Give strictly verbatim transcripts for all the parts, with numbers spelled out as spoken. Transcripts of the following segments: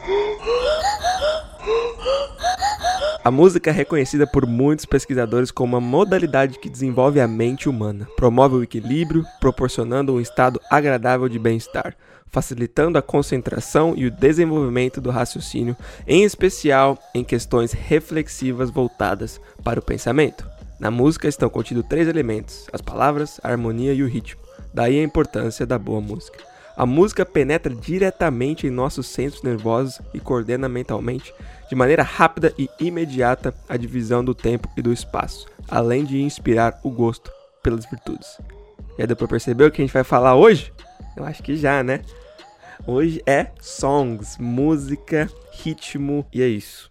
A música é reconhecida por muitos pesquisadores como uma modalidade que desenvolve a mente humana, promove o equilíbrio, proporcionando um estado agradável de bem-estar, facilitando a concentração e o desenvolvimento do raciocínio, em especial em questões reflexivas voltadas para o pensamento. Na música estão contidos três elementos: as palavras, a harmonia e o ritmo. Daí a importância da boa música. A música penetra diretamente em nossos centros nervosos e coordena mentalmente, de maneira rápida e imediata, a divisão do tempo e do espaço, além de inspirar o gosto pelas virtudes. Já deu pra perceber o que a gente vai falar hoje? Eu acho que já, né? Hoje é songs, música, ritmo, e é isso.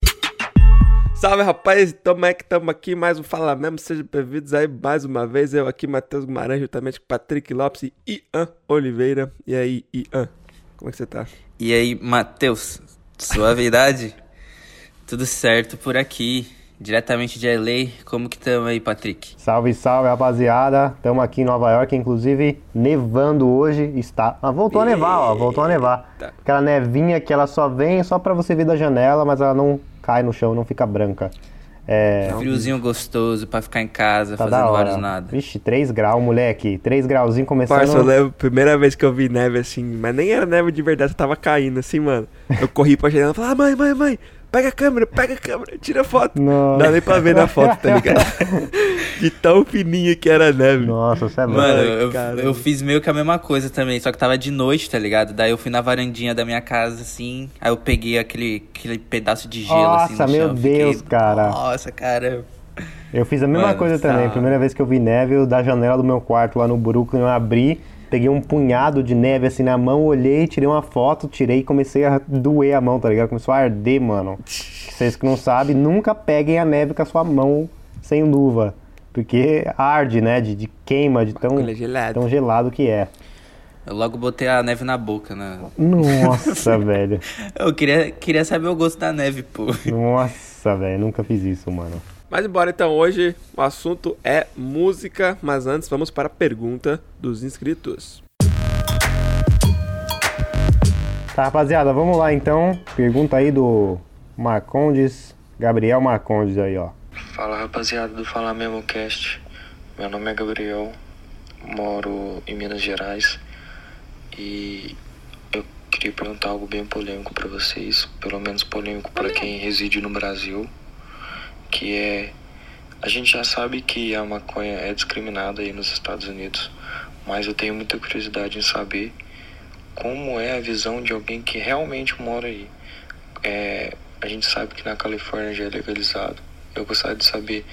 Salve, rapaz, tamo aí que tamo aqui, mais um Fala Mesmo, sejam bem-vindos aí mais uma vez, eu aqui, Matheus Guimarães, juntamente com Patrick Lopes e Ian Oliveira. E aí, Ian, como é que você tá? E aí, Matheus, suavidade? Tudo certo por aqui, diretamente de L A, como que tamo aí, Patrick? Salve, salve, rapaziada, tamo aqui em Nova York, inclusive nevando hoje, está... Ah, voltou a nevar, ó, voltou a nevar. Aquela nevinha que ela só vem só pra você ver da janela, mas ela não cai no chão, não fica branca. É... Friozinho gostoso pra ficar em casa, tá fazendo vários nada. Vixe, três graus, moleque, três grauzinho começando... Parça, eu lembro, primeira vez que eu vi neve assim, mas nem era neve de verdade, tava caindo assim, mano. Eu corri pra janela e falei, ah, mãe, mãe, mãe, pega a câmera, pega a câmera, tira a foto. Não dá nem pra ver na foto, tá ligado? De tão fininha que era a neve. Nossa, você é louco. Mano, eu, eu fiz meio que a mesma coisa também, só que tava de noite, tá ligado? Daí eu fui na varandinha da minha casa, assim, aí eu peguei aquele, aquele pedaço de gelo, nossa, assim, no meu chão. Deus, Fiquei, cara. Nossa, cara. Eu fiz a mesma Mano, coisa também. tá. Primeira vez que eu vi neve, eu da janela do meu quarto lá no Brooklyn, eu abri, peguei um punhado de neve assim na mão, olhei, tirei uma foto, tirei e comecei a doer a mão, tá ligado? Começou a arder, mano. Vocês que não sabem, nunca peguem a neve com a sua mão sem luva. Porque arde, né? De, de queima, de tão gelado. tão gelado que é. Eu logo botei a neve na boca, né? Nossa, velho. Eu queria, queria saber o gosto da neve, pô. Nossa, velho, nunca fiz isso, mano. Mas embora então, hoje o assunto é música, mas antes vamos para a pergunta dos inscritos. Tá, rapaziada, vamos lá então. Pergunta aí do Marcondes, Gabriel Marcondes aí, ó. Fala, rapaziada do Fala Mesmo Cast. Meu nome é Gabriel, moro em Minas Gerais e eu queria perguntar algo bem polêmico pra vocês, pelo menos polêmico pra quem reside no Brasil, que é, a gente já sabe que a maconha é discriminada aí nos Estados Unidos, mas eu tenho muita curiosidade em saber como é a visão de alguém que realmente mora aí. É, a gente sabe que na Califórnia já é legalizado. Eu gostaria de saber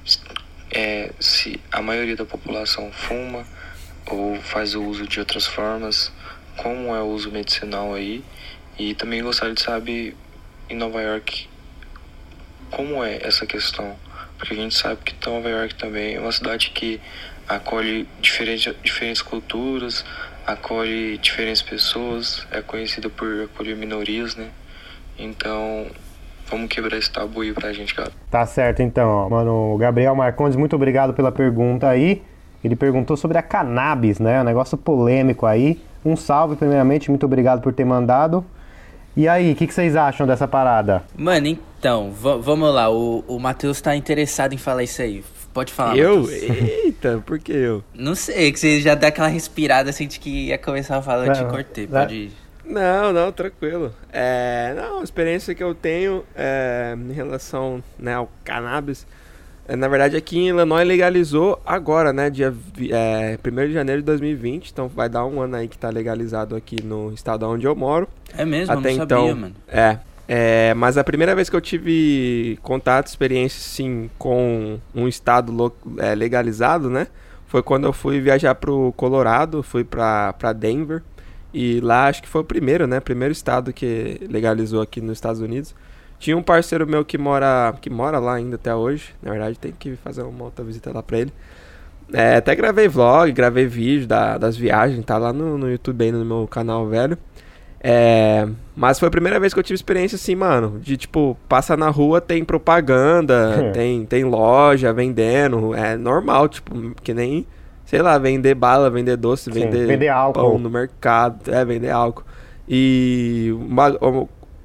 é, se a maioria da população fuma ou faz o uso de outras formas, como é o uso medicinal aí, e também gostaria de saber em Nova York como é essa questão, porque a gente sabe que Nova York também é uma cidade que acolhe diferentes, diferentes culturas, acolhe diferentes pessoas, é conhecida por acolher minorias, né? Então, vamos quebrar esse tabu aí pra gente, cara. Tá certo, então, ó. Mano, o Gabriel Marcondes, muito obrigado pela pergunta aí. Ele perguntou sobre a cannabis, né? Um negócio polêmico aí. Um salve, primeiramente, muito obrigado por ter mandado. E aí, o que, que vocês acham dessa parada? Mano, então, v- vamos lá. O, o Matheus tá interessado em falar isso aí. Pode falar, Eu? Matheus. Eita, por que eu? Não sei, que você já dá aquela respirada assim de que ia começar a falar, eu te Não, cortei. não. Pode ir. Não, não, tranquilo. É, não, a experiência que eu tenho é, em relação, né, ao cannabis, é, na verdade aqui em Illinois legalizou agora, né, dia é, primeiro de janeiro de dois mil e vinte, então vai dar um ano aí que tá legalizado aqui no estado onde eu moro. É mesmo, Até eu não então, sabia, mano. É, é, mas a primeira vez que eu tive contato, experiência, sim, com um estado lo- é, legalizado, né, foi quando eu fui viajar pro Colorado, fui pra, pra Denver. E lá acho que foi o primeiro, né? Primeiro estado que legalizou aqui nos Estados Unidos. Tinha um parceiro meu que mora, que mora lá ainda até hoje. Na verdade, tem que fazer uma outra visita lá pra ele. É, até gravei vlog, gravei vídeo da, das viagens. Tá lá no, no YouTube ainda, no meu canal velho. É, mas foi a primeira vez que eu tive experiência assim, mano. De tipo, passa na rua, tem propaganda, tem, tem loja vendendo. É normal, tipo, que nem... Sei lá, vender bala, vender doce, Sim, vender, vender álcool. pão no mercado, é, vender álcool. E uma, uma,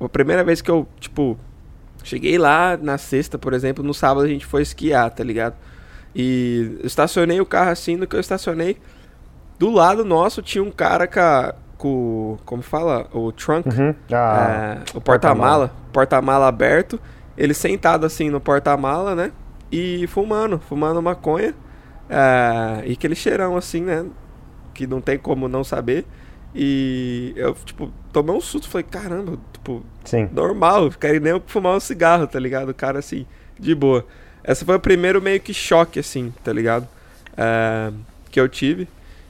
a primeira vez que eu, tipo, cheguei lá na sexta, por exemplo, no sábado a gente foi esquiar, tá ligado? E eu estacionei o carro assim, no que eu estacionei, do lado nosso tinha um cara com, a, com como fala? O trunk, Uhum. Ah, é, o porta-mala, porta-mala aberto, ele sentado assim no porta-mala, né? E fumando, fumando maconha, é, e aquele cheirão assim, né? Que não tem como não saber. E eu, tipo, tomei um susto, falei, caramba, tipo, sim. normal, quero nem eu fumar um cigarro, tá ligado? O cara assim, de boa. Essa foi o primeiro meio que choque, assim, tá ligado? É, que eu tive.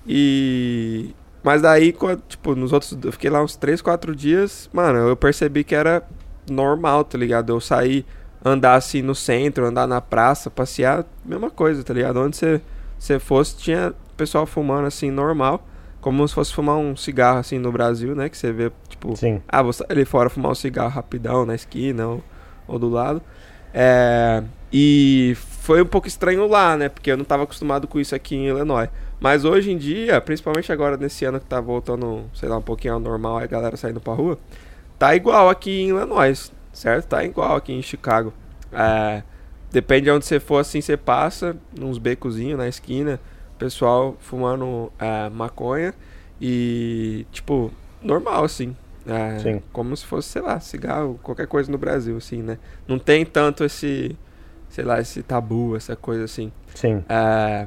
E... Mas daí, quando, tipo, nos outros... Eu fiquei lá uns três, quatro dias, mano, eu percebi que era normal, tá ligado? Eu saí, andar assim no centro, andar na praça, passear, mesma coisa, tá ligado? Onde você, você fosse, tinha pessoal fumando assim, normal. Como se fosse fumar um cigarro assim no Brasil, né? Que você vê, tipo... Sim. Ah, vou sair ali fora fumar um cigarro rapidão na esquina ou, ou do lado. É... E foi um pouco estranho lá, né? Porque eu não estava acostumado com isso aqui em Illinois. Mas hoje em dia, principalmente agora nesse ano que tá voltando, sei lá, um pouquinho ao normal, a galera saindo pra rua, tá igual aqui em Illinois, certo? Tá igual aqui em Chicago. É... Depende de onde você for, assim, você passa, uns becozinhos na esquina, pessoal fumando é, maconha e, tipo, normal, assim. É, Sim. como se fosse, sei lá, cigarro, qualquer coisa no Brasil, assim, né? Não tem tanto esse, sei lá, esse tabu, essa coisa assim. Sim. É,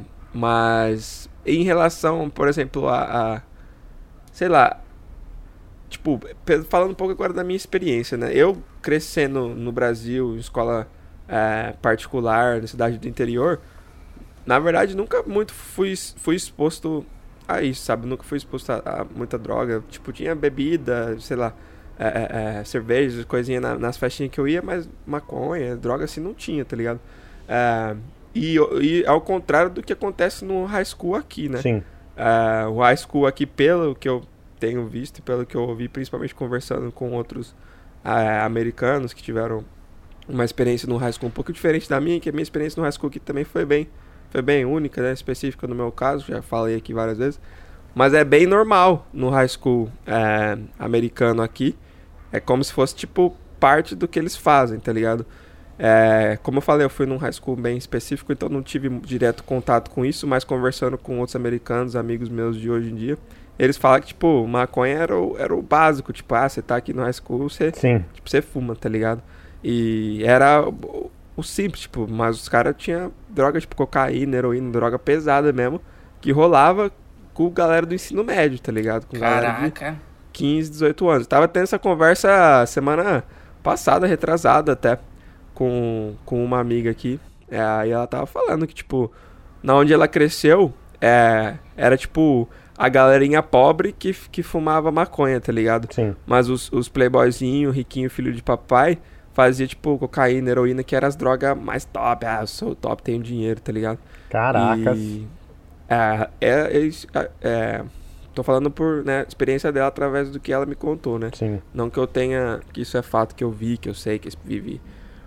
mas em relação, por exemplo, a, a sei lá, tipo, falando um pouco agora da minha experiência, né? Eu crescendo no Brasil, em escola é, particular, na cidade do interior, na verdade nunca muito fui, fui exposto a isso, sabe? Nunca fui exposto a, a muita droga. Tipo, tinha bebida, sei lá, é, é, é, cerveja, coisinha na, nas festinhas que eu ia, mas maconha, droga assim não tinha, tá ligado? É, e, e ao contrário do que acontece no high school aqui, né? Sim. É, o high school aqui, pelo que eu tenho visto e pelo que eu ouvi, principalmente conversando com outros é, americanos que tiveram uma experiência no high school um pouco diferente da minha, que a minha experiência no high school aqui também foi bem, foi bem única, né? Específica no meu caso, já falei aqui várias vezes. Mas é bem normal no high school é, americano aqui. É como se fosse, tipo, parte do que eles fazem, tá ligado? É, como eu falei, eu fui num high school bem específico, então não tive direto contato com isso, mas conversando com outros americanos, amigos meus de hoje em dia, eles falam que, tipo, maconha era o, era o básico. Tipo, ah, você tá aqui no high school, você, Sim. tipo, você fuma, tá ligado? E era o, o simples, tipo, mas os caras tinham droga, tipo, cocaína, heroína, droga pesada mesmo, que rolava com galera do ensino médio, tá ligado? Com galera de Caraca. quinze, dezoito anos. Tava tendo essa conversa semana passada, retrasada até, com, com uma amiga aqui. É, aí ela tava falando que, tipo, na onde ela cresceu, é, era, tipo, a galerinha pobre que, que fumava maconha, tá ligado? Sim. Mas os, os playboyzinho, riquinho, filho de papai, fazia, tipo, cocaína, heroína, que eram as drogas mais top. Ah, eu sou top, tenho dinheiro, tá ligado? Caracas. E, é, é, é, é, tô falando por, né, experiência dela através do que ela me contou, né? Sim. Não que eu tenha, que isso é fato que eu vi, que eu sei, que eu vivi.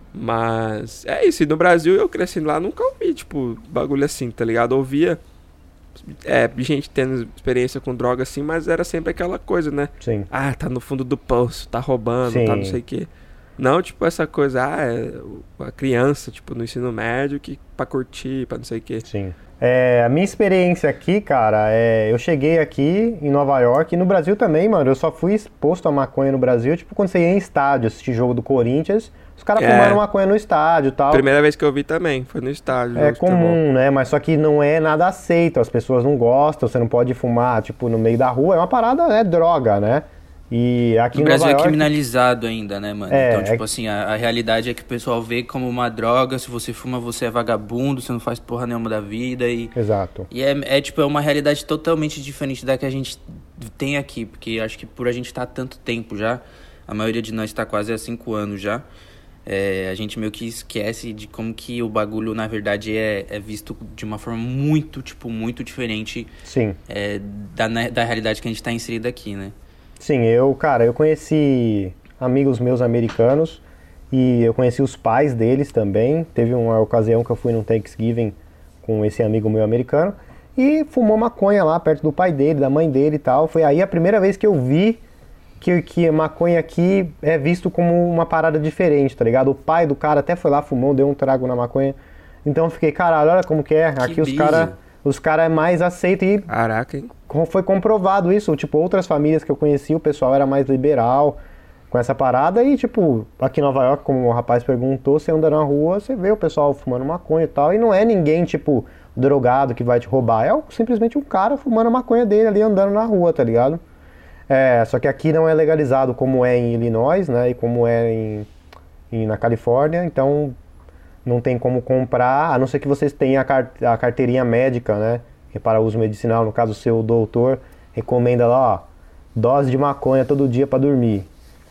Mas é isso, e no Brasil eu crescendo lá, nunca ouvi, tipo, bagulho assim, tá ligado? Eu ouvia é, gente tendo experiência com droga assim, mas era sempre aquela coisa, né? Sim. Ah, tá no fundo do poço, tá roubando, Sim. tá não sei o quê. Não, tipo, essa coisa, ah, é a criança, tipo, no ensino médio, que pra curtir, pra não sei o quê. Sim. É, a minha experiência aqui, cara, é, eu cheguei aqui em Nova York e no Brasil também, mano, eu só fui exposto a maconha no Brasil, tipo, quando você ia em estádio assistir jogo do Corinthians, os caras É. fumaram maconha no estádio e tal. Primeira vez que eu vi também, foi no estádio. É jogo de futebol. comum, né? Mas só que não é nada aceito, as pessoas não gostam, você não pode fumar, tipo, no meio da rua, é uma parada, é droga, né? E aqui No em Brasil Nova é York... criminalizado ainda, né, mano? É, então, tipo é- assim, a, a realidade é que o pessoal vê como uma droga, se você fuma, você é vagabundo, você não faz porra nenhuma da vida e... Exato. E é, é, tipo, é uma realidade totalmente diferente da que a gente tem aqui, porque acho que por a gente estar há tanto tempo já, a maioria de nós está quase há cinco anos já, é, a gente meio que esquece de como que o bagulho, na verdade, é, é visto de uma forma muito, tipo, muito diferente Sim. é, da, né, da realidade que a gente está inserido aqui, né? Sim, eu, cara, eu conheci amigos meus americanos e eu conheci os pais deles também. Teve uma ocasião que eu fui num Thanksgiving com esse amigo meu americano e fumou maconha lá perto do pai dele, da mãe dele e tal. Foi aí a primeira vez que eu vi que, que maconha aqui é visto como uma parada diferente, tá ligado? O pai do cara até foi lá, fumou, deu um trago na maconha. Então eu fiquei, caralho, olha como que é. Que aqui os brisa. caras os cara é mais aceito e Caraca, hein? foi comprovado isso. Tipo, outras famílias que eu conheci, o pessoal era mais liberal com essa parada. E, tipo, aqui em Nova York, como o rapaz perguntou, você anda na rua, você vê o pessoal fumando maconha e tal. E não é ninguém, tipo, drogado que vai te roubar. É simplesmente um cara fumando a maconha dele ali, andando na rua, tá ligado? É, só que aqui não é legalizado como é em Illinois, né? E como é em, em, na Califórnia. Então, não tem como comprar, a não ser que vocês tenham a, car- a carteirinha médica, né? Que é para uso medicinal. No caso, o seu doutor recomenda lá, ó, dose de maconha todo dia para dormir.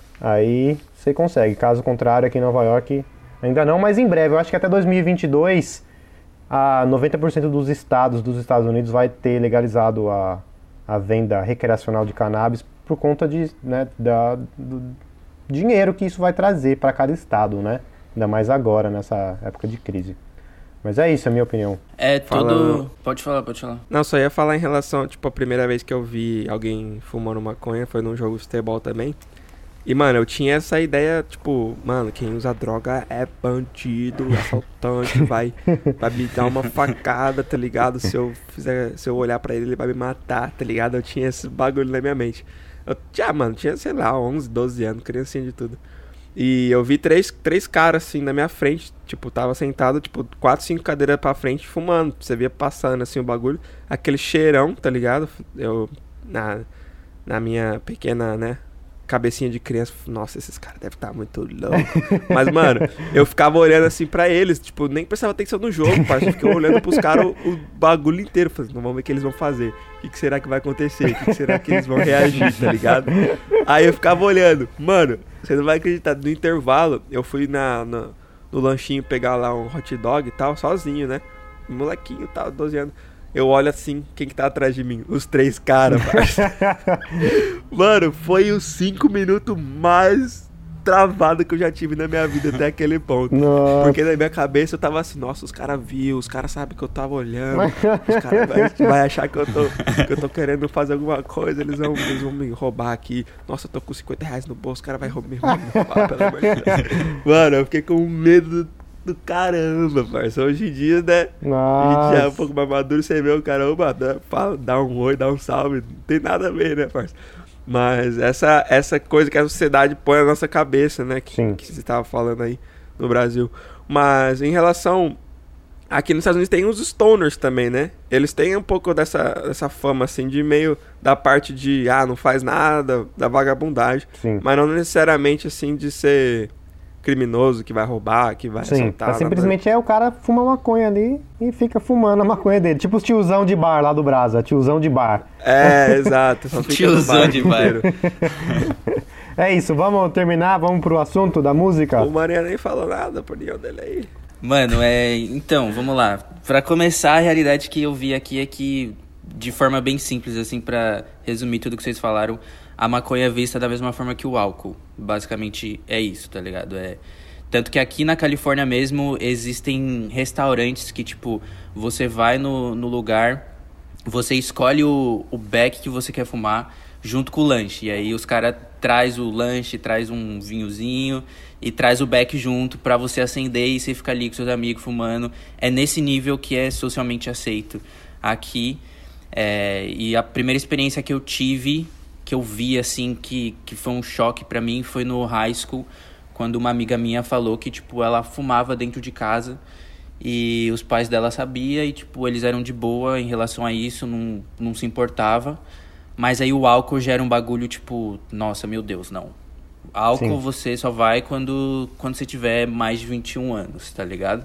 Aí você consegue. Caso contrário, aqui em Nova York ainda não, mas em breve. Eu acho que até dois mil e vinte e dois, a noventa por cento dos estados dos Estados Unidos vai ter legalizado a, a venda recreacional de cannabis por conta de, né, da, do dinheiro que isso vai trazer para cada estado, né? Ainda mais agora, nessa época de crise. Mas é isso, é a minha opinião. É Fala- tudo... Pode falar, pode falar. Não, só ia falar em relação, tipo, a primeira vez que eu vi alguém fumando maconha foi num jogo de futebol também. E, mano, eu tinha essa ideia, tipo, mano, quem usa droga é bandido, assaltante, vai, vai me dar uma facada, tá ligado? Se eu fizer, se eu olhar pra ele, ele vai me matar, tá ligado? Eu tinha esse bagulho na minha mente. Eu tinha, mano, tinha, sei lá, onze, doze anos, criancinha de tudo. E eu vi três, três caras, assim, na minha frente, tipo, tava sentado, tipo, quatro, cinco cadeiras pra frente, fumando. Você via passando, assim, o bagulho, aquele cheirão, tá ligado? Eu, na, na minha pequena, né, cabecinha de criança, nossa, esses caras devem estar muito loucos. Mas, mano, eu ficava olhando assim pra eles, tipo, nem prestava atenção no jogo, parceiro. Eu fiquei olhando pros caras o, o bagulho inteiro. Falei, não, vamos ver o que eles vão fazer. O que, que será que vai acontecer? O que, que será que eles vão reagir, tá ligado? Aí eu ficava olhando. Mano, você não vai acreditar, no intervalo, eu fui na, na, no lanchinho pegar lá um hot dog e tal, sozinho, né? Molequinho e tal, doze anos. Eu olho assim, quem que tá atrás de mim? Os três caras, parceiro. Mano, foi os cinco minutos mais travado que eu já tive na minha vida até aquele ponto. Nossa. Porque na minha cabeça eu tava assim, nossa, os caras viu, os caras sabem que eu tava olhando, os caras vai, vai achar que eu, tô, que eu tô querendo fazer alguma coisa, eles vão, eles vão me roubar aqui. Nossa, eu tô com cinquenta reais no bolso, os caras vão me roubar, me roubar, pelo amor de Deus. Mano, eu fiquei com medo do, do caramba, parceiro. Hoje em dia, né? A gente já é um pouco mais maduro, você vê o caramba, dá, fala, dá um oi, dá um salve, não tem nada a ver, né, parceiro? Mas essa, essa coisa que a sociedade põe na nossa cabeça, né? Que, Sim. que você estava falando aí no Brasil. Mas em relação... Aqui nos Estados Unidos tem os stoners também, né? Eles têm um pouco dessa, dessa fama, assim, de meio da parte de... Ah, não faz nada, da vagabundagem. Sim. Mas não necessariamente, assim, de ser criminoso, que vai roubar, que vai Sim, assaltar. é nada. simplesmente é o cara fuma maconha ali e fica fumando a maconha dele. Tipo os tiozão de bar lá do Brasa, tiozão de bar. É, exato. Só fica Tiozão no bar de o bar. inteiro. É isso, vamos terminar, vamos pro assunto da música? O Maria nem falou nada, por nenhum dele aí. Mano, é... Então, vamos lá. Pra começar, a realidade que eu vi aqui é que, de forma bem simples, assim, pra resumir tudo que vocês falaram, a maconha é vista da mesma forma que o álcool. Basicamente é isso, tá ligado? É... Tanto que aqui na Califórnia mesmo existem restaurantes que, tipo, você vai no, no lugar, você escolhe o, o beck que você quer fumar junto com o lanche. E aí os caras traz o lanche, traz um vinhozinho e traz o beck junto pra você acender e você ficar ali com seus amigos fumando. É nesse nível que é socialmente aceito aqui. É, e a primeira experiência que eu tive, que eu vi, assim, que, que foi um choque pra mim, foi no high school, quando uma amiga minha falou que, tipo, ela fumava dentro de casa e os pais dela sabiam e, tipo, eles eram de boa em relação a isso, não, não se importava. Mas aí o álcool já era um bagulho, tipo, nossa, meu Deus, não. Álcool Sim. você só vai quando, quando você tiver mais de vinte e um anos, tá ligado?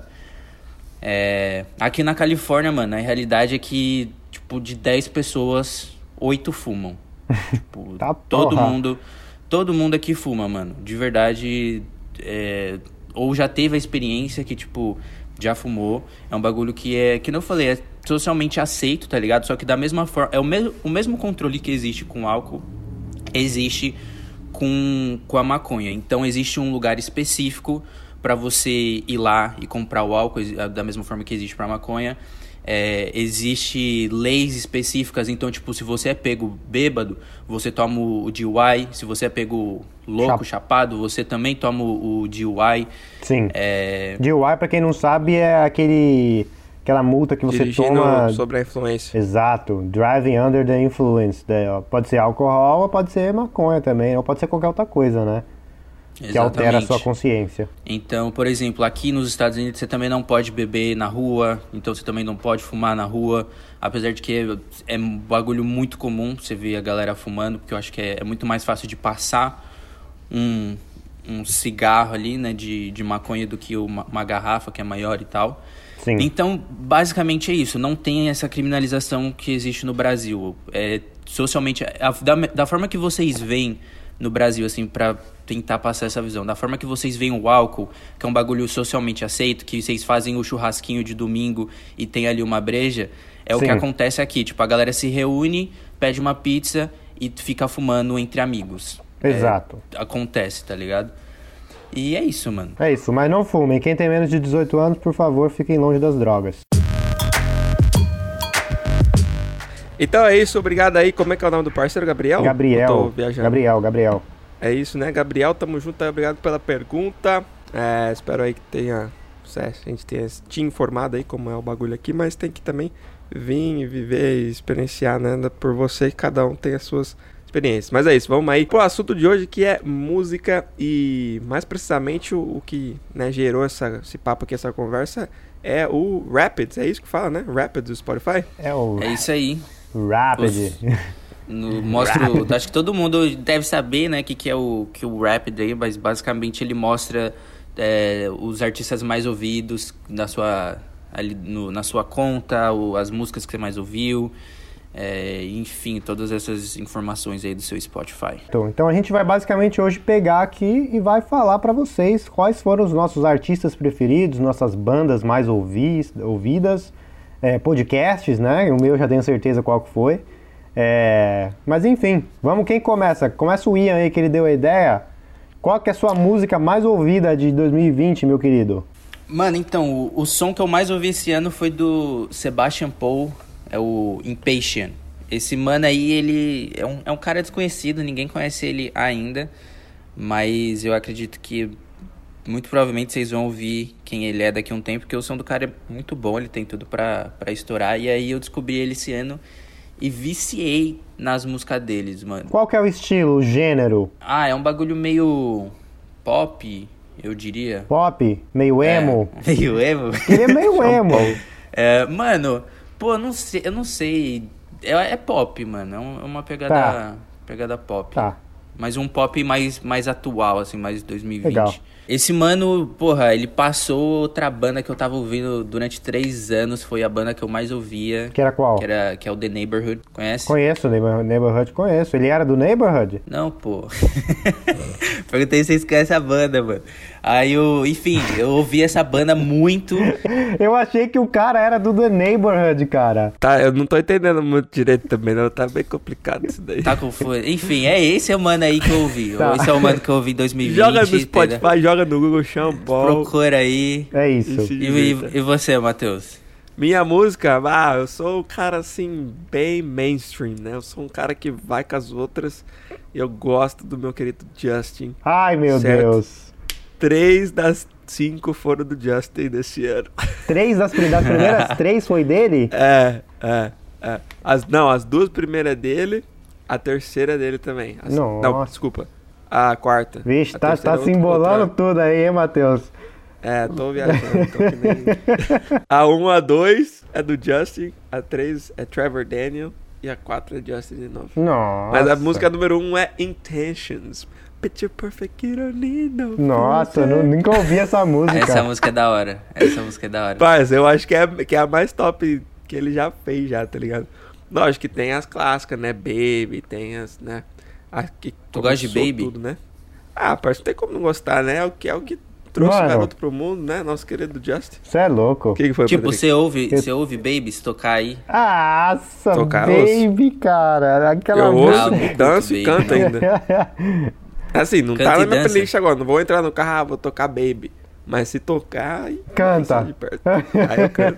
É, aqui na Califórnia, mano, a realidade é que, tipo, de dez pessoas, oito fumam. Tipo, Tá todo porra. mundo... Todo mundo aqui fuma, mano. De verdade, é, ou já teve a experiência que, tipo, já fumou. É um bagulho que é, que eu falei, é socialmente aceito, tá ligado? Só que da mesma forma, é o mesmo, o mesmo controle que existe com álcool, existe com, com a maconha. Então, existe um lugar específico pra você ir lá e comprar o álcool, da mesma forma que existe pra maconha. É, existe leis específicas, então, tipo, se você é pego bêbado, você toma o D U I. Se você é pego louco, Chap- chapado, você também toma o D U I. Sim. É, D U I, pra quem não sabe, é aquele aquela multa que você Dirigindo toma... sobre a influência. Exato. Driving under the influence. né? Pode ser álcool ou pode ser maconha também, ou pode ser qualquer outra coisa, né? Que altera a sua consciência. Então, por exemplo, aqui nos Estados Unidos você também não pode beber na rua, então você também não pode fumar na rua, apesar de que é um bagulho muito comum você ver a galera fumando, porque eu acho que é, é muito mais fácil de passar um, um cigarro ali, né, de, de maconha do que uma, uma garrafa que é maior e tal. Sim. Então, basicamente é isso, não tem essa criminalização que existe no Brasil. É, socialmente, a, da, da forma que vocês veem no Brasil, assim, pra tentar passar essa visão. Da forma que vocês veem o álcool, que é um bagulho socialmente aceito, que vocês fazem o churrasquinho de domingo e tem ali uma breja, é Sim. o que acontece aqui. Tipo, a galera se reúne, pede uma pizza e fica fumando entre amigos. Exato. É, acontece, tá ligado? E é isso, mano. É isso, mas não fumem. Quem tem menos de dezoito anos, por favor, fiquem longe das drogas. Então é isso, obrigado aí. Como é que é o nome do parceiro, Gabriel? Gabriel. Eu tô viajando. Gabriel, Gabriel. É isso, né, Gabriel? Tamo junto, obrigado pela pergunta. É, espero aí que tenha, a gente tenha te informado aí como é o bagulho aqui, mas tem que também vir e viver e experienciar, né, por você, e cada um tem as suas experiências. Mas é isso, vamos aí pro assunto de hoje, que é música e mais precisamente o, o que, né, gerou essa, esse papo aqui, essa conversa, é o Rapids, é isso que fala, né? Rapids do Spotify? É o... É isso aí. Rapid. No, mostro, acho que todo mundo deve saber, né, que que é o que o Rapid aí, mas basicamente ele mostra é, os artistas mais ouvidos na sua ali no, na sua conta, o, as músicas que você mais ouviu, é, enfim, todas essas informações aí do seu Spotify. Então, então a gente vai basicamente hoje pegar aqui e vai falar pra vocês quais foram os nossos artistas preferidos, nossas bandas mais ouvis, ouvidas, é, podcasts, né? O meu já tenho certeza qual que foi. É, mas enfim, vamos, quem começa? Começa o Ian aí, que ele deu a ideia. Qual que é a sua música mais ouvida de dois mil e vinte, meu querido? Mano, então, o, o som que eu mais ouvi esse ano foi do Sebastian Paul, é o Impatient. Esse mano aí, ele é um, é um cara desconhecido, ninguém conhece ele ainda, mas eu acredito que muito provavelmente vocês vão ouvir quem ele é daqui a um tempo, porque o som do cara é muito bom, ele tem tudo pra, pra estourar, e aí eu descobri ele esse ano e viciei nas músicas deles, mano. Qual que é o estilo, o gênero? Ah, é um bagulho meio pop, eu diria. Pop? Meio emo? É, meio emo? Ele é meio emo. É, mano, pô, eu não sei, eu não sei. É, é pop, mano, é um- é uma pegada, Tá. pegada pop. Tá. Mas um pop mais, mais atual, assim, mais dois mil e vinte. Legal. Esse mano, porra, ele passou outra banda que eu tava ouvindo durante três anos. Foi a banda que eu mais ouvia. Que era qual? Que, era, que é o The Neighborhood. Conhece? Conheço, Neighbor- Neighborhood conheço. Ele era do Neighborhood? Não, pô. Perguntei se vocês conhecem a banda, mano. Aí eu, enfim, eu ouvi essa banda muito. Eu achei que o cara era do The Neighborhood, cara. Tá, eu não tô entendendo muito direito também, não. Tá bem complicado isso daí. Tá confuso. Enfim, é esse é o mano aí que eu ouvi. Tá. Esse é o mano que eu ouvi em dois mil e vinte. Joga no Spotify, entendeu? joga no Google Shampoo. Procura aí. É isso. E se E, divirta. e, e você, Matheus? Minha música, ah, eu sou um cara assim, bem mainstream, né? Eu sou um cara que vai com as outras e eu gosto do meu querido Justin. Ai, meu Certo. Deus. Três das cinco foram do Justin desse ano. Três das, prim- das primeiras três foi dele? É, é, é. As, não, as duas primeiras dele, a terceira dele também. As- não, Nossa. desculpa. A quarta. Vixe, A tá, terceira tá é se outra- embolando outra- tudo aí, hein, Matheus? É, tô viajando, tô que nem... A um, a dois é do Justin, a três é Trevor Daniel e a quatro é Justin de novo. Nossa. Mas a música número um é Intentions. Picture perfect, you don't need no Nossa, eu filter. nu- nunca ouvi essa música. Essa música é da hora. Essa música é da hora. Mas eu acho que é, que é a mais top que ele já fez já, tá ligado? Lógico que tem as clássicas, né? Baby, tem as, né? A que Tu gosta de começou Baby? Tudo, né? Ah, parece que não tem como não gostar, né? É o que, é o que trouxe Mano. o garoto pro mundo, né? Nosso querido Justin. Você é louco. O que, que foi, Tipo, Patrick? você ouve, Eu- você ouve Baby se tocar aí? Nossa, Tocar baby, cara. Aquela Eu música. ouço, música- danço e Baby. canto ainda. Assim, não Canta tá e na minha dança. playlist agora. Não vou entrar no carro, ah, vou tocar Baby. Mas se tocar, aí Canta. de perto. Aí eu canto.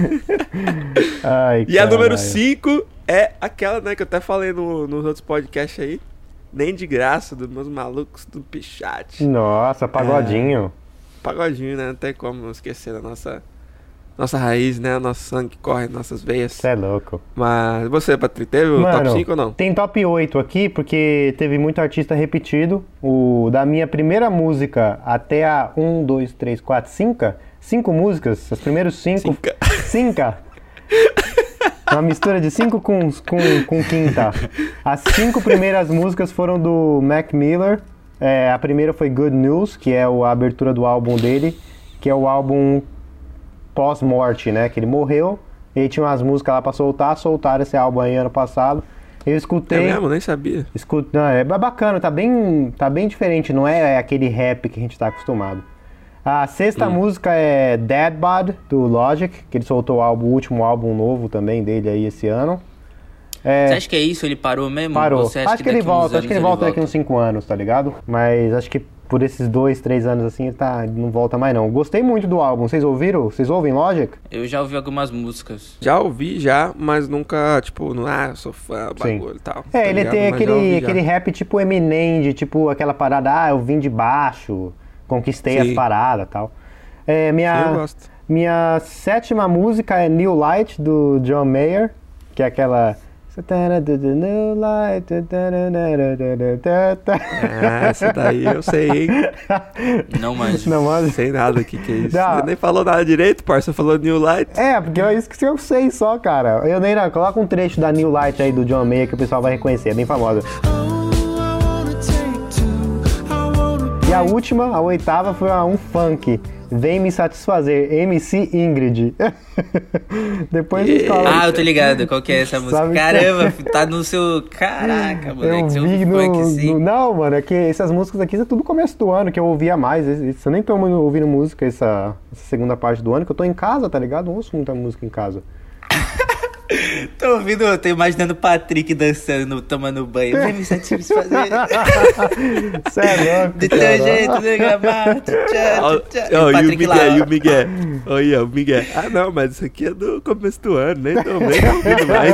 Ai, E a número caralho. cinco é aquela, né, que eu até falei no, nos outros podcasts aí. Nem de graça, dos meus malucos do Pichat. Nossa, pagodinho. Pagodinho, né? Não tem como esquecer da nossa, nossa raiz, né? O nosso sangue que corre nas nossas veias. Você é louco. Mas você, Patrick, teve o top cinco ou não? Tem top oito aqui, porque teve muito artista repetido. O, da minha primeira música até a um, dois, três, quatro, cinco. Cinco músicas, os primeiros cinco. Cinca. Cinca. Uma mistura de cinco com, com, com quinta. As cinco primeiras músicas foram do Mac Miller. É, a primeira foi Good News, que é a abertura do álbum dele, que é o álbum pós-morte, né? Que ele morreu. Ele tinha umas músicas lá pra soltar, soltaram esse álbum aí ano passado. Eu escutei. É mesmo? Nem sabia. Escuta, não, é bacana, tá bem, tá bem diferente, não é aquele rap que a gente tá acostumado. A sexta Hum. música é Dead Bod, do Logic, que ele soltou o, álbum, o último álbum novo também dele aí esse ano. É, Você acha que é isso? Ele parou mesmo? parou. Ou você acha Acho que, ele daqui uns volta, acho que ele anos volta daqui uns cinco anos, tá ligado? Mas acho que por esses dois, três anos assim, ele, tá, ele não volta mais não. Gostei muito do álbum, vocês ouviram? Vocês ouvem Logic? Eu já ouvi algumas músicas. Já ouvi, já, mas nunca, tipo, não, ah, eu sou fã, Sim. bagulho e tal. É, tá ele ligado? tem Mas já ouvi aquele, já. aquele rap tipo Eminem, de tipo aquela parada, ah, eu vim de baixo, conquistei Sim. as paradas e tal. É, Sim, eu minha, gosto. minha sétima música é New Light, do John Mayer, que é aquela... New Light. Ah, essa daí eu sei, hein? Não mais. Não, mas... Sei nada, o que que é isso. Não. Você nem falou nada direito, parça. Você falou New Light. É, porque é isso que eu sei só, cara. Eu nem não, coloca um trecho da New Light aí do John Mayer que o pessoal vai reconhecer, é bem famosa. E a última, a oitava, foi um funk. Vem me satisfazer, M C Ingrid. Depois Yeah. escola. Ah, eu tô ligado. Qual que é essa música? Sabe que- Caramba, tá no seu... Caraca, Eu moleque. Você vi ouve no, funk assim. no- Não, mano, é que essas músicas aqui é tudo começo do ano, que eu ouvia mais. Isso, eu nem tô ouvindo música essa, essa segunda parte do ano, que eu tô em casa, tá ligado? Não ouço muita música em casa. Tô ouvindo, tô imaginando o Patrick dançando, tomando banho. Vem me satisfazer. Cê é louco, Do teu cara. jeito, do gramado. Ó, Tchá, tchá. ó, E o e o Patrick lá, Miguel, e ó. o Miguel. Olha, o Miguel. Ah, não, mas isso aqui é do começo do ano, nem tô bem ouvindo mais.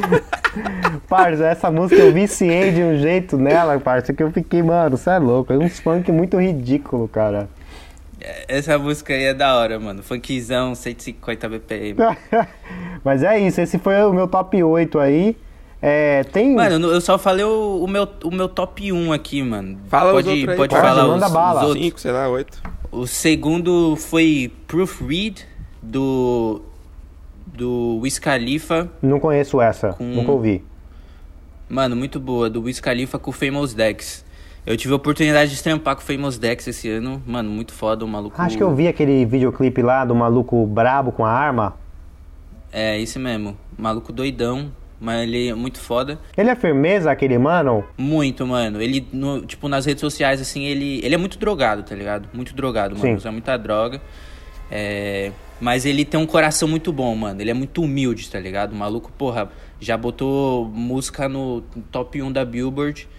Parça, essa música eu viciei de um jeito nela, parça, que eu fiquei, mano, cê é louco. É uns funk muito ridículo, cara. Essa música aí é da hora, mano. Funkzão, cento e cinquenta B P M. Mas é isso, esse foi o meu top oito aí. É, tem... Mano, eu só falei o, o, meu, o meu top um aqui, mano. Fala os pode, outros aí, pode pode, falar manda os, bala. os outros. Cinco, sei lá, oito. O segundo foi Proofread, do, do Wiz Khalifa. Não conheço essa, Com- nunca ouvi. Mano, muito boa, do Wiz Khalifa com o Famous Dex. Eu tive a oportunidade de trampar com o Famous Dex esse ano. Mano, muito foda, o maluco... Acho que eu vi aquele videoclipe lá do maluco brabo com a arma. É, esse mesmo. Maluco doidão, mas ele é muito foda. Ele é firmeza, aquele mano? Muito, mano. Ele, no, tipo, nas redes sociais, assim, ele... Ele é muito drogado, tá ligado? Muito drogado, mano. Sim. Usa muita droga. É... Mas ele tem um coração muito bom, mano. Ele é muito humilde, tá ligado? O maluco, porra, já botou música no top um da Billboard.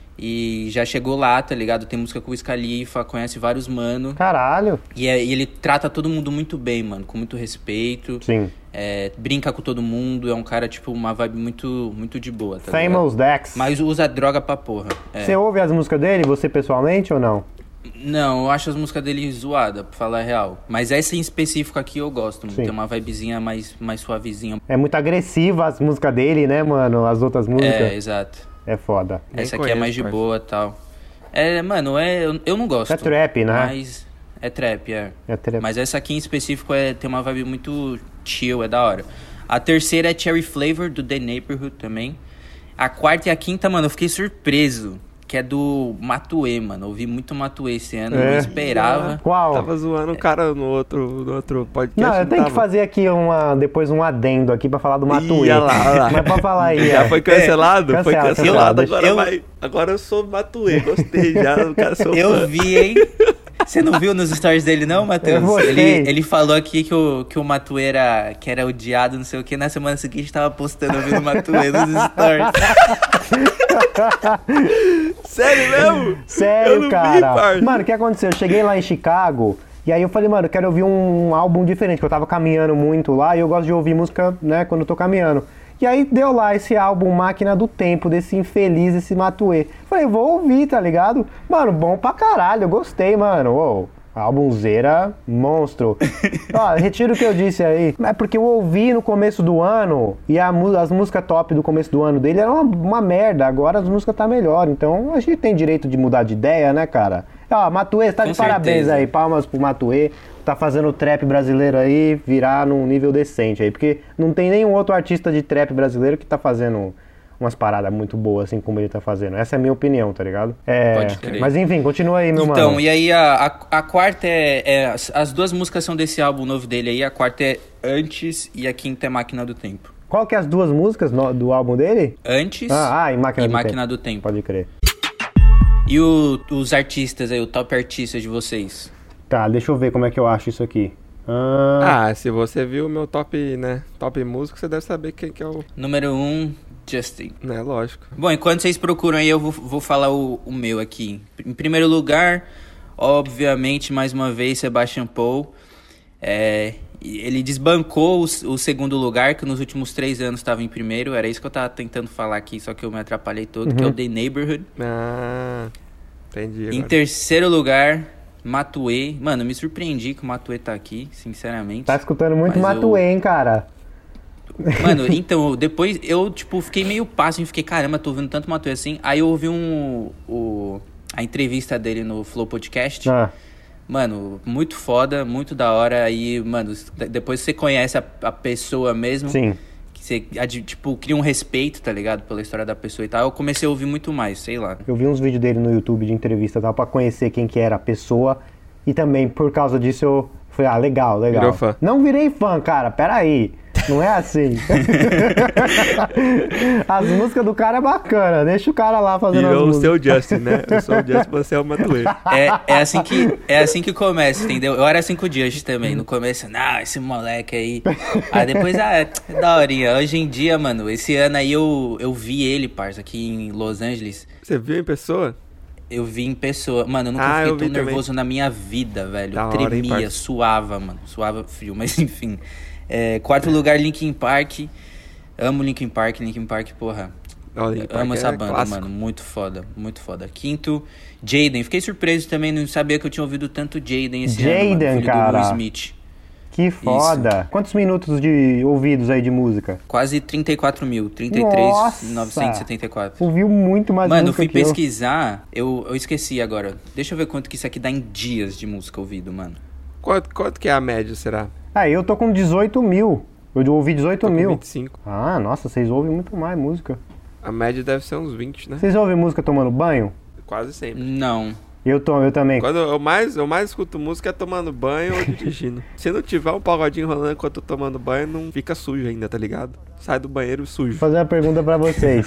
E já chegou lá, tá ligado? Tem música com o Wiz Khalifa, conhece vários mano. Caralho. E, é- e ele trata todo mundo muito bem, mano. Com muito respeito. Sim. É, brinca com todo mundo. É um cara, tipo, uma vibe muito, muito de boa, tá ligado? Famous Dex. Mas usa droga pra porra. É. Você ouve as músicas dele, você pessoalmente ou não? Não, eu acho as músicas dele zoada, pra falar a real. Mas essa em específico aqui eu gosto, mano. Sim. Tem uma vibezinha mais, mais suavezinha. É muito agressiva as músicas dele, né, mano? As outras É, músicas. exato. É, foda. Nem Essa aqui é conheço, mais de parça. boa e tal. É, mano, é, eu, eu não gosto. É trap, né? Mas é trap, é. É trap. Mas essa aqui em específico é, tem uma vibe muito chill, é da hora. A terceira é Cherry Flavor, do The Neighborhood também. A quarta e a quinta, mano, eu fiquei surpreso. Que é do Matuê, mano. Eu ouvi muito Matuê esse ano, É. não esperava. Qual? Tava zoando o cara no outro, no outro podcast. Não, eu tenho que tava? fazer aqui uma, depois um adendo aqui pra falar do Matuê. Ih, olha lá, olha lá. Mas pra falar aí, Já é. foi cancelado? É, foi cancela, cancelado, cancela. agora Eu- vai. Agora eu sou Matuê, gostei já, o cara sou Eu fã. vi, hein? Você não viu nos stories dele, não, Eu Matheus? gostei. Ele, ele falou aqui que o, que o Matuê era, que era odiado, não sei o que. Na semana seguinte tava postando ouvindo o Matuê nos stories. Sério mesmo? Eu Sério, não vi, cara. parça. Mano, o que aconteceu? Eu cheguei lá em Chicago E aí eu falei, mano, eu quero ouvir um, um álbum diferente, que eu tava caminhando muito lá e eu gosto de ouvir música, né, quando eu tô caminhando. E aí deu lá esse álbum Máquina do Tempo, desse infeliz, esse Matuê. Falei, vou ouvir, tá ligado? Mano, bom pra caralho, eu gostei, mano. Uou. Álbumzeira, monstro. Ó, retiro o que eu disse aí. É porque eu ouvi no começo do ano e a, as músicas top do começo do ano dele eram uma, uma merda. Agora as músicas tá melhor. Então a gente tem direito de mudar de ideia, né, cara? Ó, Matuê, você tá Com de parabéns certeza. aí. Palmas pro Matuê. Tá fazendo o trap brasileiro aí virar num nível decente aí. Porque não tem nenhum outro artista de trap brasileiro que tá fazendo umas paradas muito boas, assim como ele tá fazendo. Essa é a minha opinião, tá ligado? É, Pode crer. mas enfim, continua aí, meu Então, mano. e aí a, a, a quarta é, é... as- As duas músicas são desse álbum novo dele aí. A quarta é Antes e a quinta é Máquina do Tempo. Qual que é as duas músicas no- do álbum dele? Antes Ah, ah, e Máquina, e do, Máquina Tempo. do Tempo. Pode crer. E o- os artistas aí, o top artistas de vocês? Tá, deixa eu ver como é que eu acho isso aqui. Ah, Ah, se você viu o meu top, né, top músico, você deve saber quem que é o... Número um, Justin. Né, lógico. Bom, enquanto vocês procuram aí, eu vou, vou falar o, o meu aqui. Em primeiro lugar, obviamente, mais uma vez, Sebastian Paul. É, ele desbancou o, o segundo lugar, que nos últimos três anos estava em primeiro. Era isso que eu tava tentando falar aqui, só que eu me atrapalhei todo, que é o The Neighborhood. Ah, entendi agora. Em terceiro lugar, Matuê. Mano, eu me surpreendi que o Matuê tá aqui, sinceramente. tá escutando muito Mas Matuê, eu- hein, cara? Mano, então, depois eu, tipo, fiquei meio passo e fiquei, caramba, tô ouvindo tanto Matuê assim. Aí eu ouvi um, o, a entrevista dele no Flow Podcast. Ah, Mano, muito foda, muito da hora. Aí, mano, de- depois você conhece a, a pessoa mesmo. sim. Que você, ad- tipo, cria um respeito, tá ligado? Pela história da pessoa e tal. Eu comecei a ouvir muito mais, sei lá. Eu vi uns vídeos dele no YouTube de entrevista e tal, pra conhecer quem que era a pessoa. E também, por causa disso, eu falei, ah, legal, legal. Virou fã. Não virei fã, cara, peraí. Não é assim. As músicas do cara é bacana, deixa o cara lá fazendo as Virou o músicas. seu Justin, né? Eu sou o Justin, você é o Matuê. É, é, assim que, é assim que começa, entendeu? Eu era assim com o Just também. No começo, não, esse moleque aí. Aí depois, ah, é daorinha. Hoje em dia, mano, esse ano aí eu, eu vi ele, parça, aqui em Los Angeles. Você viu em pessoa? Eu vi em pessoa. Mano, eu nunca Ah, eu fiquei vi tão também. nervoso na minha vida, velho. Da hora, hein, Tremia, parça? suava, mano. Suava frio, mas enfim. É, quarto lugar, Linkin Park. Amo Linkin Park. Linkin Park, porra. Ó, Linkin Park Amo essa é banda, clássico. mano. Muito foda, muito foda. Quinto, Jaden. Fiquei surpreso também, não sabia que eu tinha ouvido tanto Jaden esse ano, mano. Jaden, Filho cara. do Will Smith. Que foda. Quantos minutos de ouvidos aí de música? Quase trinta e quatro mil. trinta e três mil novecentos e Nossa. setenta e quatro. Ouviu muito mais Mano, eu música fui que eu. pesquisar, eu, eu esqueci agora. Deixa eu ver quanto que isso aqui dá em dias de música ouvido, mano. Quanto, quanto que é a média, será? Ah, eu tô com dezoito mil. Eu ouvi dezoito Tô com mil. vinte e cinco. Ah, nossa, vocês ouvem muito mais música. A média deve ser uns vinte, né? Vocês ouvem música tomando banho? Quase sempre. Não. Eu, tô, eu também. Quando eu mais, eu mais escuto música é tomando banho ou dirigindo. Se não tiver um pagodinho rolando enquanto eu tô tomando banho, não fica sujo ainda, tá ligado? Sai do banheiro sujo. Vou fazer uma pergunta pra vocês.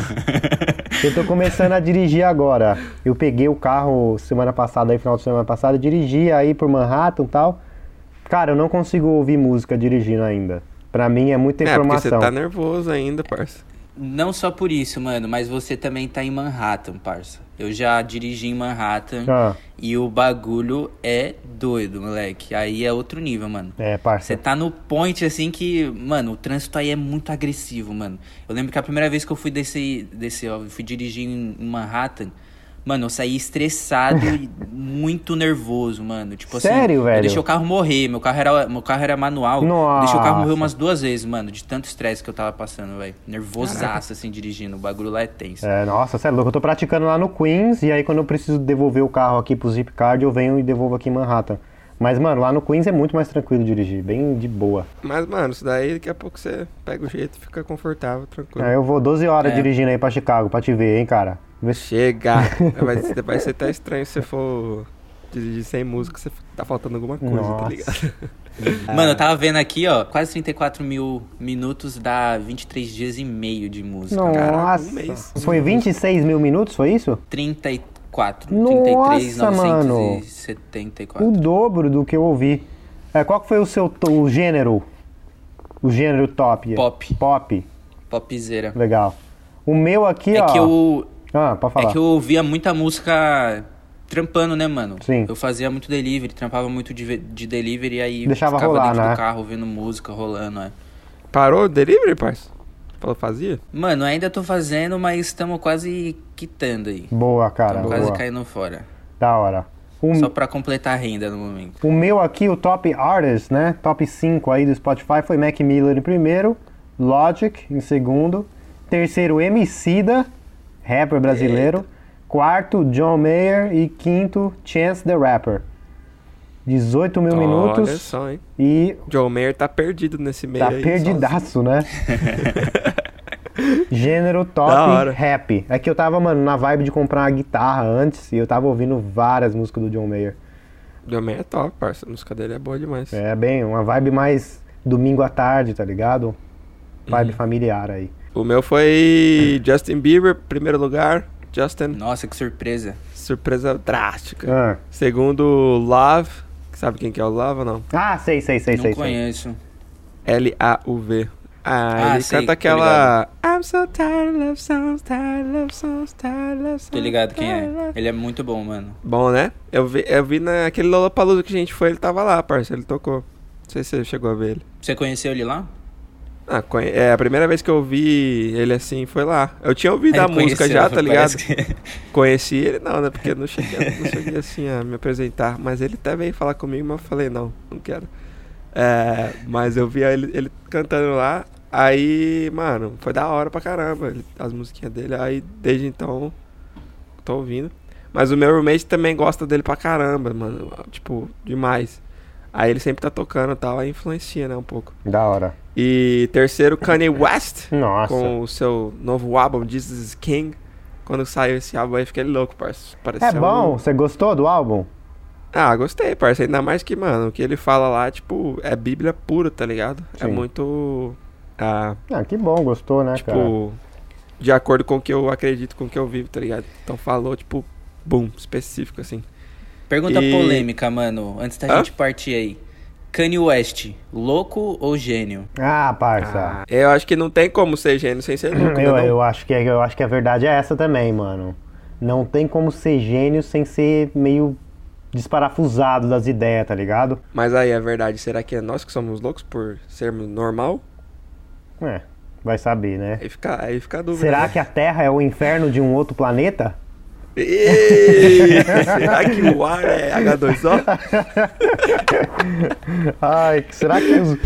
Eu tô começando a dirigir agora. Eu peguei o carro semana passada, aí final de semana passada, dirigi aí por Manhattan e tal. Cara, eu não consigo ouvir música dirigindo ainda. Pra mim é muita É, porque você informação. tá nervoso ainda, parça. Não só por isso, mano, mas você também tá em Manhattan, parça. Eu já dirigi em Manhattan Ah, e o bagulho é doido, moleque. Aí é outro nível, mano. é, Você parça. tá no point, assim, que... Mano, o trânsito aí é muito agressivo, mano. Eu lembro que a primeira vez que eu fui descer... descer ó, eu fui dirigir em em Manhattan... Mano, eu saí estressado e muito nervoso, mano. Tipo assim... Sério, velho? Eu deixei o carro morrer. Meu carro era, meu carro era manual. Eu deixei o carro morrer Nossa. umas duas vezes, mano. De tanto estresse que eu tava passando, velho. Nervosaço, assim, dirigindo. O bagulho lá é tenso. É, nossa, você é louco. Eu tô praticando lá no Queens e aí quando eu preciso devolver o carro aqui pro Zipcard, eu venho e devolvo aqui em Manhattan. Mas, mano, lá no Queens é muito mais tranquilo dirigir, bem de boa. Mas, mano, isso daí daqui a pouco você pega o jeito, fica confortável, tranquilo. Aí eu vou doze horas É. dirigindo aí pra Chicago pra te ver, hein, cara. Vê se- Chega! vai, ser- vai ser até estranho se você for dirigir sem música, você tá faltando alguma coisa, Nossa. tá ligado? Mano, eu tava vendo aqui, ó. Quase trinta e quatro mil minutos dá vinte e três dias e meio de música. Caraca, Nossa, um mês. foi vinte e seis mil minutos, foi isso? trinta e quatro. Nossa, trinta e três mil mano. novecentos e setenta e quatro. O dobro do que eu ouvi. É, qual que foi o seu to- o gênero? O gênero top? Pop. Pop, Popzera. legal. O meu aqui, É ó... que eu... Ah, pode falar. É que eu ouvia muita música trampando, né, mano? Sim. Eu fazia muito delivery, trampava muito de, de delivery, aí Deixava ficava rolar, dentro né? do carro ouvindo música, rolando, é. Parou o delivery, parça? Falou, fazia? Mano, ainda tô fazendo, mas estamos quase quitando aí. Boa, cara. Estamos quase Boa. caindo fora. Da hora. O, Só pra completar a renda no momento. o meu aqui, o Top Artist, né? Top cinco aí do Spotify foi Mac Miller em primeiro, Logic em segundo, terceiro Emicida, rapper brasileiro, Eita. quarto John Mayer e quinto Chance the Rapper. dezoito mil minutos. Olha só, hein? E John Mayer tá perdido nesse meio tá aí. perdidaço, né? Gênero Da top hora. rap. É que eu tava, mano, na vibe de comprar uma guitarra antes e eu tava ouvindo várias músicas do John Mayer. John Mayer é top, parça. A música dele é boa demais. É bem, uma vibe mais domingo à tarde, tá ligado? Vibe Uhum. familiar aí. O meu foi Justin Bieber, primeiro lugar. Justin, Nossa, que surpresa. surpresa drástica. Ah, Segundo, Love. Sabe quem que é o Love ou não? ah sei, sei, sei, Não sei. sei. conheço. L A U V. Ah, Ah, ele sei, canta tô aquela... I'm so tired of love songs, tired of love songs, tired of love songs. Tô ligado quem tired é. of love- Ele é muito bom, mano. Bom, né? Eu vi, eu vi naquele Lollapalooza que a gente foi, ele tava lá, parça. Ele tocou. Não sei se você chegou a ver ele. Você conheceu ele lá? Ah, conhe- é, a primeira vez que eu vi ele assim foi lá. Eu tinha ouvido a Ele música conheceu, já, tá ligado? parece que- Conheci ele não, né? Porque eu não cheguei, não cheguei assim a me apresentar. Mas ele até veio falar comigo, mas eu falei, não, não quero. É, mas eu vi ele, ele cantando lá. Aí, mano, foi da hora pra caramba ele- as musiquinhas dele. Aí, desde então, tô ouvindo. Mas o meu roommate também gosta dele pra caramba, mano. Tipo, demais. Aí ele sempre tá tocando e tal, aí influencia, né, um pouco. Da hora. E terceiro, Kanye West. Nossa. Com o seu novo álbum, Jesus is King. Quando saiu esse álbum aí, fiquei louco, parça. Pareceu É bom? Você gostou do álbum? Ah, gostei, parça. Ainda mais que, mano, o que ele fala lá, tipo, é bíblia pura, tá ligado? É Sim. muito... Ah, Ah, que bom, gostou, né, cara? tipo, de acordo com o que eu acredito, com o que eu vivo, tá ligado? Então falou, tipo, boom, específico, assim. Pergunta E- polêmica, mano. Antes da Hã? gente partir aí. Kanye West, louco ou gênio? Ah, parça. Ah, eu acho que não tem como ser gênio sem ser louco, né? eu, não? eu, acho que, eu acho que a verdade é essa também, mano. Não tem como ser gênio sem ser meio desparafusado das ideias, tá ligado? Mas aí, é verdade, será que é nós que somos loucos por sermos normal? É, vai saber, né? Aí fica, aí fica a dúvida. Será né? que a Terra é o inferno de um outro planeta? Ei, será que o ar é H dois O? Ai, será que os...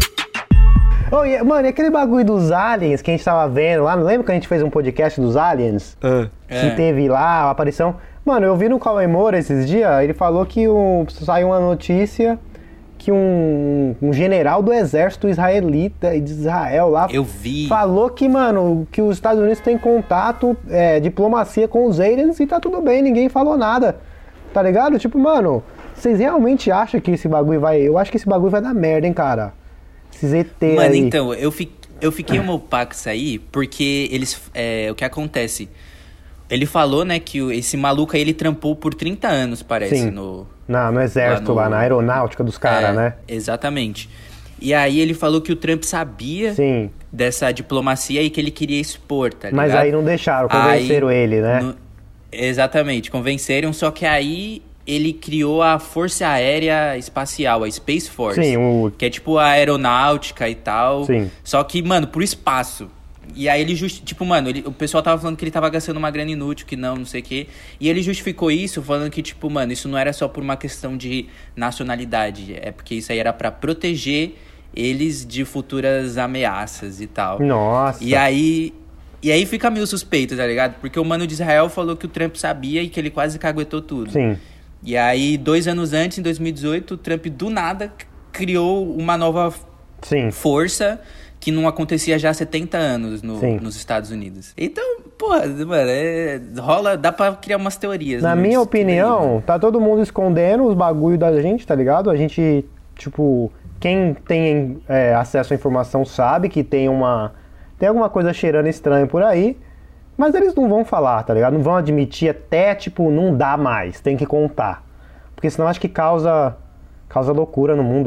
Oh, e, mano, e aquele bagulho dos aliens que a gente tava vendo lá, não lembra que a gente fez um podcast dos aliens? Ah, É. Que teve lá a aparição. Mano, eu vi no Cauê Moura esses dias, ele falou que um, saiu uma notícia que um, um general do exército israelita de Israel lá Eu vi. falou que, mano, que os Estados Unidos têm contato, é, diplomacia com os aliens e tá tudo bem, ninguém falou nada. Tá ligado? Tipo, mano, vocês realmente acham que esse bagulho vai... Eu acho que esse bagulho vai dar merda, hein, cara? Esses E T Mano, aí. então, eu, fi, eu fiquei uma pax aí, porque eles. É, o que acontece? Ele falou, né, que o- esse maluco aí ele trampou por trinta anos, parece, Sim. no. Na, no exército, Lá lá, no- na aeronáutica dos caras, É, né? Exatamente. E aí ele falou que o Trump sabia Sim. dessa diplomacia e que ele queria expor, tá ligado? Mas aí não deixaram, convenceram Aí, ele, né? no- Exatamente, convenceram, só que aí ele criou a Força Aérea Espacial, a Space Force. Sim, o... Que é tipo a aeronáutica e tal. Sim. Só que, mano, pro espaço. E aí ele just... tipo, mano, ele- o pessoal tava falando que ele tava gastando uma grana inútil, que não, não sei o quê. E ele justificou isso falando que, tipo, mano, isso não era só por uma questão de nacionalidade. É porque isso aí era pra proteger eles de futuras ameaças e tal. Nossa. E aí. E aí fica meio suspeito, tá ligado? Porque o mano de Israel falou que o Trump sabia e que ele quase caguetou tudo. Sim. E aí, dois anos antes, em dois mil e dezoito, o Trump do nada c- criou uma nova Sim. força que não acontecia já há setenta anos no- Sim. nos Estados Unidos. Então, porra, mano, é, rola, dá pra criar umas teorias. Na né, minha disso tudo aí, opinião, mano. tá todo mundo escondendo os bagulho da gente, tá ligado? A gente, tipo, quem tem é, acesso à informação sabe que tem uma... Tem alguma coisa cheirando estranho por aí, mas eles não vão falar, tá ligado? Não vão admitir até, tipo, não dá mais, tem que contar. Porque senão acho que causa, causa loucura no mundo.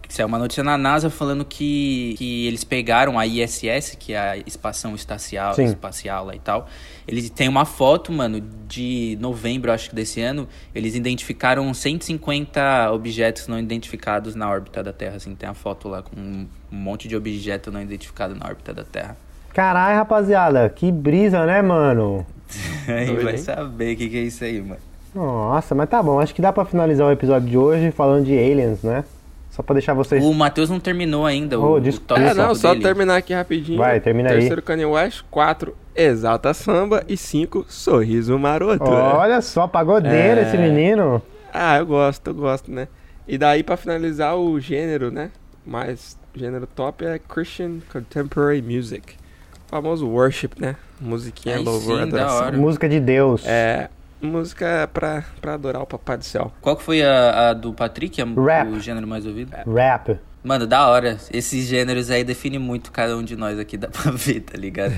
Saiu uma notícia na NASA falando que, que eles pegaram a I S S, que é a Estação Espacial, espacial lá e tal. Eles têm uma foto, mano, de novembro, acho que desse ano. Eles identificaram cento e cinquenta objetos não identificados na órbita da Terra. Assim, tem a foto lá com um monte de objeto não identificado na órbita da Terra. Caralho, rapaziada, que brisa, né, mano? Aí vai saber o que, que é isso aí, mano. Nossa, mas tá bom, acho que dá pra finalizar o episódio de hoje falando de aliens, né? Só pra deixar vocês... O Matheus não terminou ainda, oh, o, desculpa. o top É, não, só dele. terminar aqui rapidinho. Vai, termina aí. Terceiro, Kanye West. Quatro, Exalta Samba. E cinco, Sorriso Maroto. Olha só, pagodeiro É. esse menino. Ah, eu gosto, eu gosto, né? E daí, pra finalizar, o gênero, né? Mais gênero top é Christian Contemporary Music. O famoso worship, né? Musiquinha, Aí louvor, sim, da adoração. hora. Música de Deus. É, música pra, pra adorar o Papai do Céu. Qual que foi a, a do Patrick, a, Rap. o gênero mais ouvido? Rap. Mano, da hora. Esses gêneros aí definem muito cada um de nós aqui, dá pra ver, tá ligado?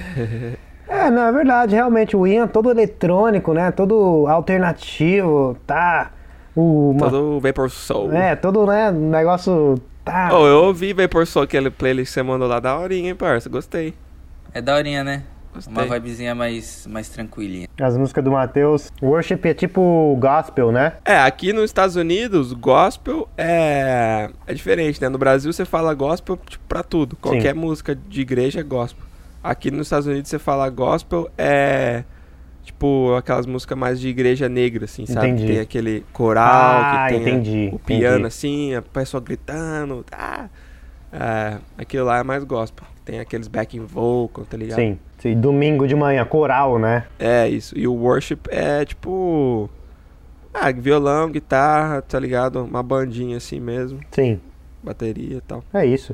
É, não, é verdade, realmente, o Ian todo eletrônico, né? Todo alternativo, tá? O, uma- Todo o Vapor Soul. É, todo, né, negócio, tá? Oh, eu ouvi Vapor Soul, aquele playlist que você mandou lá, da horinha, hein, parça? Gostei. É daorinha, né? Gostei. Uma vibezinha mais, mais tranquilinha. As músicas do Matheus. Worship é tipo gospel, né? É, aqui nos Estados Unidos, gospel é, é diferente, né? No Brasil você fala gospel tipo, pra tudo. Qualquer música de igreja é gospel. Aqui nos Estados Unidos você fala gospel é tipo aquelas músicas mais de igreja negra, assim, sabe? Entendi. Tem aquele coral, Ah, que tem entendi, o piano entendi. assim, a pessoa gritando. Ah, é, aquilo lá é mais gospel. Tem aqueles backing vocal, tá ligado? Sim, sim. Domingo de manhã, coral, né? É, isso. E o worship é tipo... Ah, violão, guitarra, tá ligado? Uma bandinha assim mesmo. Sim, Bateria e tal. é isso.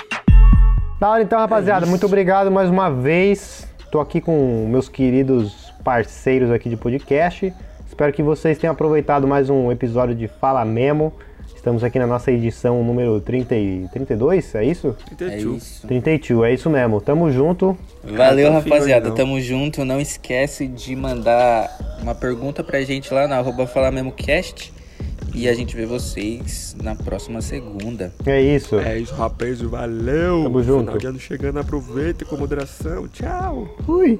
Da hora então, rapaziada. É Muito obrigado mais uma vez. Tô aqui com meus queridos parceiros aqui de podcast. Espero que vocês tenham aproveitado mais um episódio de Fala Memo. Estamos aqui na nossa edição número trinta e, trinta e dois, é isso? É isso. trinta e dois, é isso mesmo. Tamo junto. Valeu, Ah, tá firme, rapaziada. não. Tamo junto. Não esquece de mandar uma pergunta pra gente lá na arroba falamemocast. E a gente vê vocês na próxima segunda. É isso. É isso, rapaz. Valeu. Tamo junto. Final de ano chegando, aproveita com moderação. Tchau. Ui.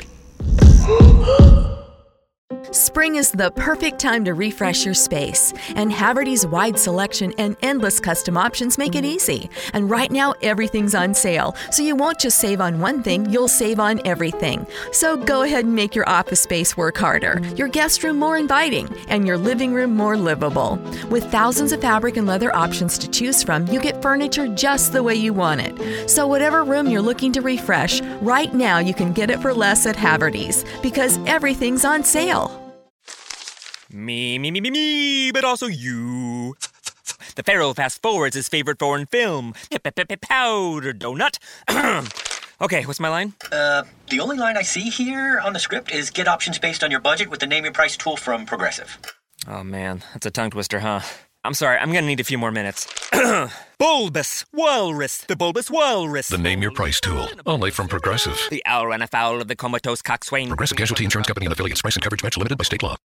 Spring is the perfect time to refresh your space, and Haverty's wide selection and endless custom options make it easy. And right now, everything's on sale, so you won't just save on one thing, you'll save on everything. So go ahead and make your office space work harder, your guest room more inviting, and your living room more livable. With thousands of fabric and leather options to choose from, you get furniture just the way you want it. So whatever room you're looking to refresh, right now you can get it for less at Haverty's, because everything's on sale. Me, me, me, me, me, but also you. The Pharaoh fast forwards his favorite foreign film, Powder Donut. Okay, what's my line? Uh, the only line I see here on the script is get options based on your budget with the Name Your Price tool from Progressive. Oh man, that's a tongue twister, huh? I'm sorry, I'm gonna need a few more minutes. Bulbous Walrus, the Bulbous Walrus. The Name Your Price tool, only from Progressive. The owl ran afoul of the comatose coxswain. Progressive Casualty Insurance Company and affiliates. Price and coverage match limited by state law.